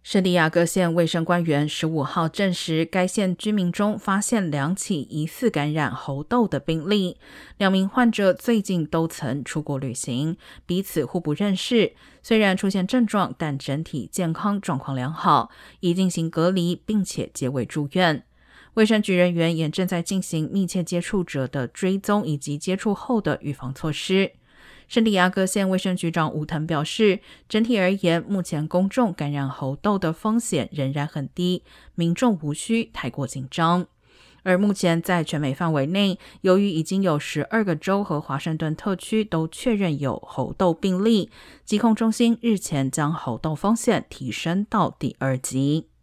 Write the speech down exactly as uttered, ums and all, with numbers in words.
圣地亚哥县卫生官员十五号证实，该县居民中发现两起疑似感染猴痘的病例，两名患者最近都曾出国旅行，彼此互不认识。虽然出现症状，但整体健康状况良好，已进行隔离，并且皆未住院。卫生局人员也正在进行密切接触者的追踪以及接触后的预防措施。圣地亚哥县卫生局长吴腾表示，整体而言，目前公众感染猴痘的风险仍然很低，民众无需太过紧张。而目前在全美范围内，由于已经有十二个州和华盛顿特区都确认有猴痘病例，疾控中心日前将猴痘风险提升到第二级。